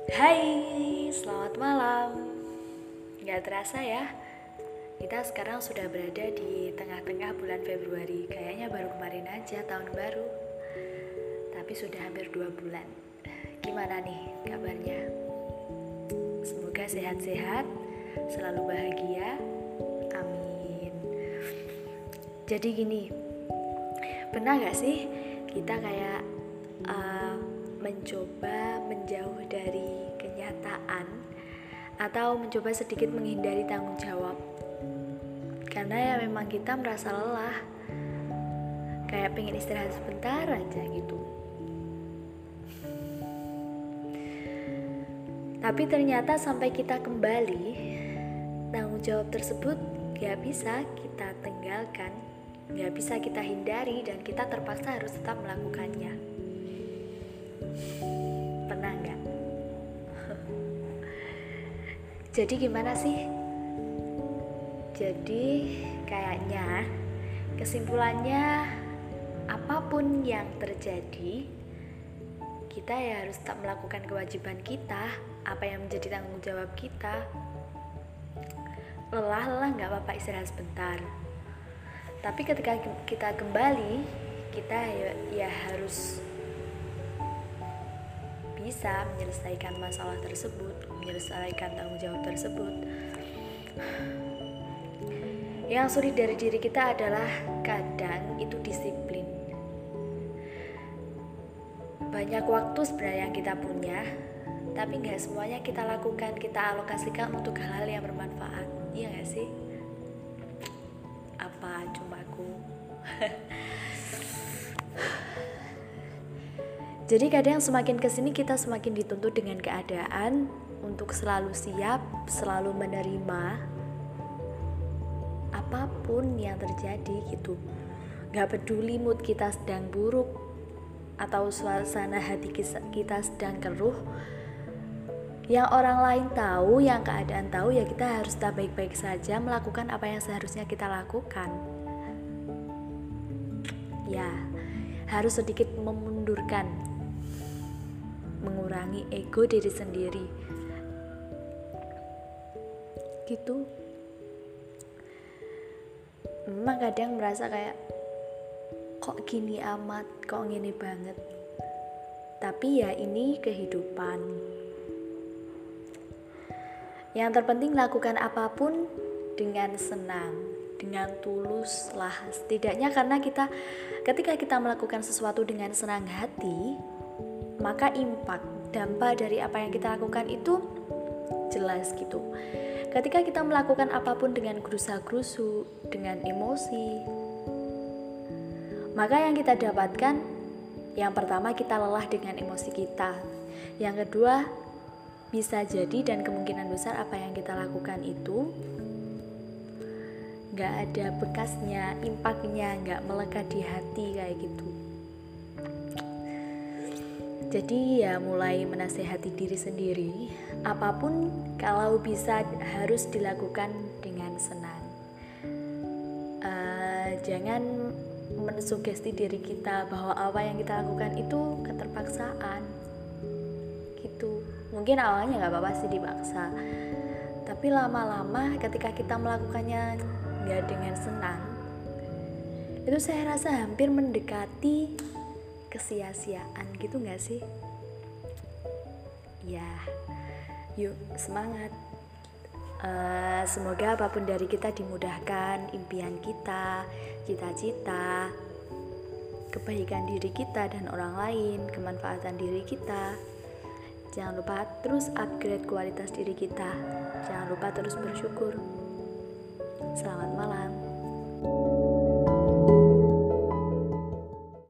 Hai, selamat malam. Gak terasa ya, kita sekarang sudah berada di tengah-tengah bulan Februari. Kayaknya baru kemarin aja tahun baru, tapi sudah hampir 2 bulan. Gimana nih kabarnya? Semoga sehat-sehat, selalu bahagia. Amin. Jadi gini, pernah gak sih kita kayak mencoba menjauh dari kenyataan atau mencoba sedikit menghindari tanggung jawab karena ya memang kita merasa lelah, kayak pengen istirahat sebentar aja gitu. Tapi ternyata sampai kita kembali, tanggung jawab tersebut gak bisa kita tinggalkan, gak bisa kita hindari, dan kita terpaksa harus tetap melakukannya. Pernah nggak? Jadi gimana sih? Jadi kayaknya kesimpulannya, apapun yang terjadi, kita ya harus tetap melakukan kewajiban kita, apa yang menjadi tanggung jawab kita. Lelah nggak apa-apa, istirahat sebentar. Tapi ketika kita kembali, kita ya harus bisa menyelesaikan masalah tersebut, menyelesaikan tanggung jawab tersebut. Yang sulit dari diri kita adalah kadang itu disiplin. Banyak waktu sebenarnya yang kita punya, tapi gak semuanya kita lakukan, kita alokasikan untuk hal-hal yang bermanfaat. Iya gak sih? Apa cuma aku? Jadi kadang semakin kesini kita semakin dituntut dengan keadaan untuk selalu siap, selalu menerima apapun yang terjadi gitu. Gak peduli mood kita sedang buruk atau suasana hati kita sedang keruh, yang orang lain tahu, yang keadaan tahu, ya kita harus tetap baik-baik saja melakukan apa yang seharusnya kita lakukan. Ya, harus sedikit memundurkan, mengurangi ego diri sendiri gitu. Memang kadang merasa kayak kok gini amat, kok gini banget, tapi ya ini kehidupan. Yang terpenting lakukan apapun dengan senang, dengan tulus lah setidaknya, karena ketika kita melakukan sesuatu dengan senang hati, maka dampak dari apa yang kita lakukan itu jelas gitu. Ketika kita melakukan apapun dengan gerusa-gerusu, dengan emosi, maka yang kita dapatkan, yang pertama kita lelah dengan emosi kita. Yang kedua, bisa jadi dan kemungkinan besar apa yang kita lakukan itu gak ada bekasnya, impaknya gak melekat di hati kayak gitu. Jadi ya mulai menasehati diri sendiri, apapun kalau bisa harus dilakukan dengan senang. Jangan mensugesti diri kita bahwa apa yang kita lakukan itu keterpaksaan gitu. Mungkin awalnya gak apa-apa sih dipaksa, tapi lama-lama ketika kita melakukannya gak dengan senang, itu saya rasa hampir mendekati kesia-siaan gitu gak sih? Ya, yuk semangat. Semoga apapun dari kita dimudahkan, impian kita, cita-cita, kebaikan diri kita dan orang lain, kemanfaatan diri kita. Jangan lupa terus upgrade kualitas diri kita. Jangan lupa terus bersyukur. Selamat malam.